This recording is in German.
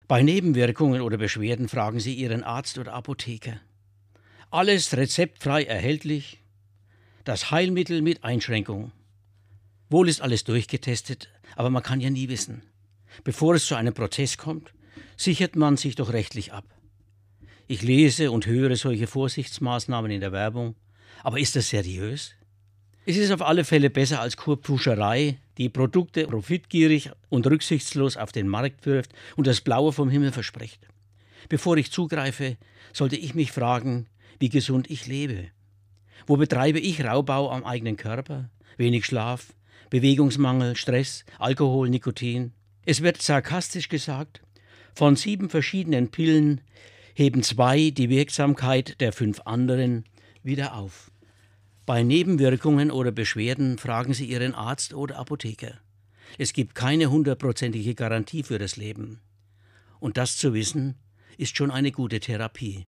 Bei Nebenwirkungen oder Beschwerden fragen Sie Ihren Arzt oder Apotheker. Alles rezeptfrei erhältlich. Das Heilmittel mit Einschränkung. Wohl ist alles durchgetestet, aber man kann ja nie wissen. Bevor es zu einem Prozess kommt, sichert man sich doch rechtlich ab. Ich lese und höre solche Vorsichtsmaßnahmen in der Werbung. Aber ist das seriös? Es ist auf alle Fälle besser als Kurpfuscherei, die Produkte profitgierig und rücksichtslos auf den Markt wirft und das Blaue vom Himmel verspricht. Bevor ich zugreife, sollte ich mich fragen, wie gesund ich lebe. Wo betreibe ich Raubbau am eigenen Körper? Wenig Schlaf, Bewegungsmangel, Stress, Alkohol, Nikotin. Es wird sarkastisch gesagt, von 7 verschiedenen Pillen heben 2 die Wirksamkeit der 5 anderen wieder auf. Bei Nebenwirkungen oder Beschwerden fragen Sie Ihren Arzt oder Apotheker. Es gibt keine 100%ige Garantie für das Leben. Und das zu wissen, ist schon eine gute Therapie.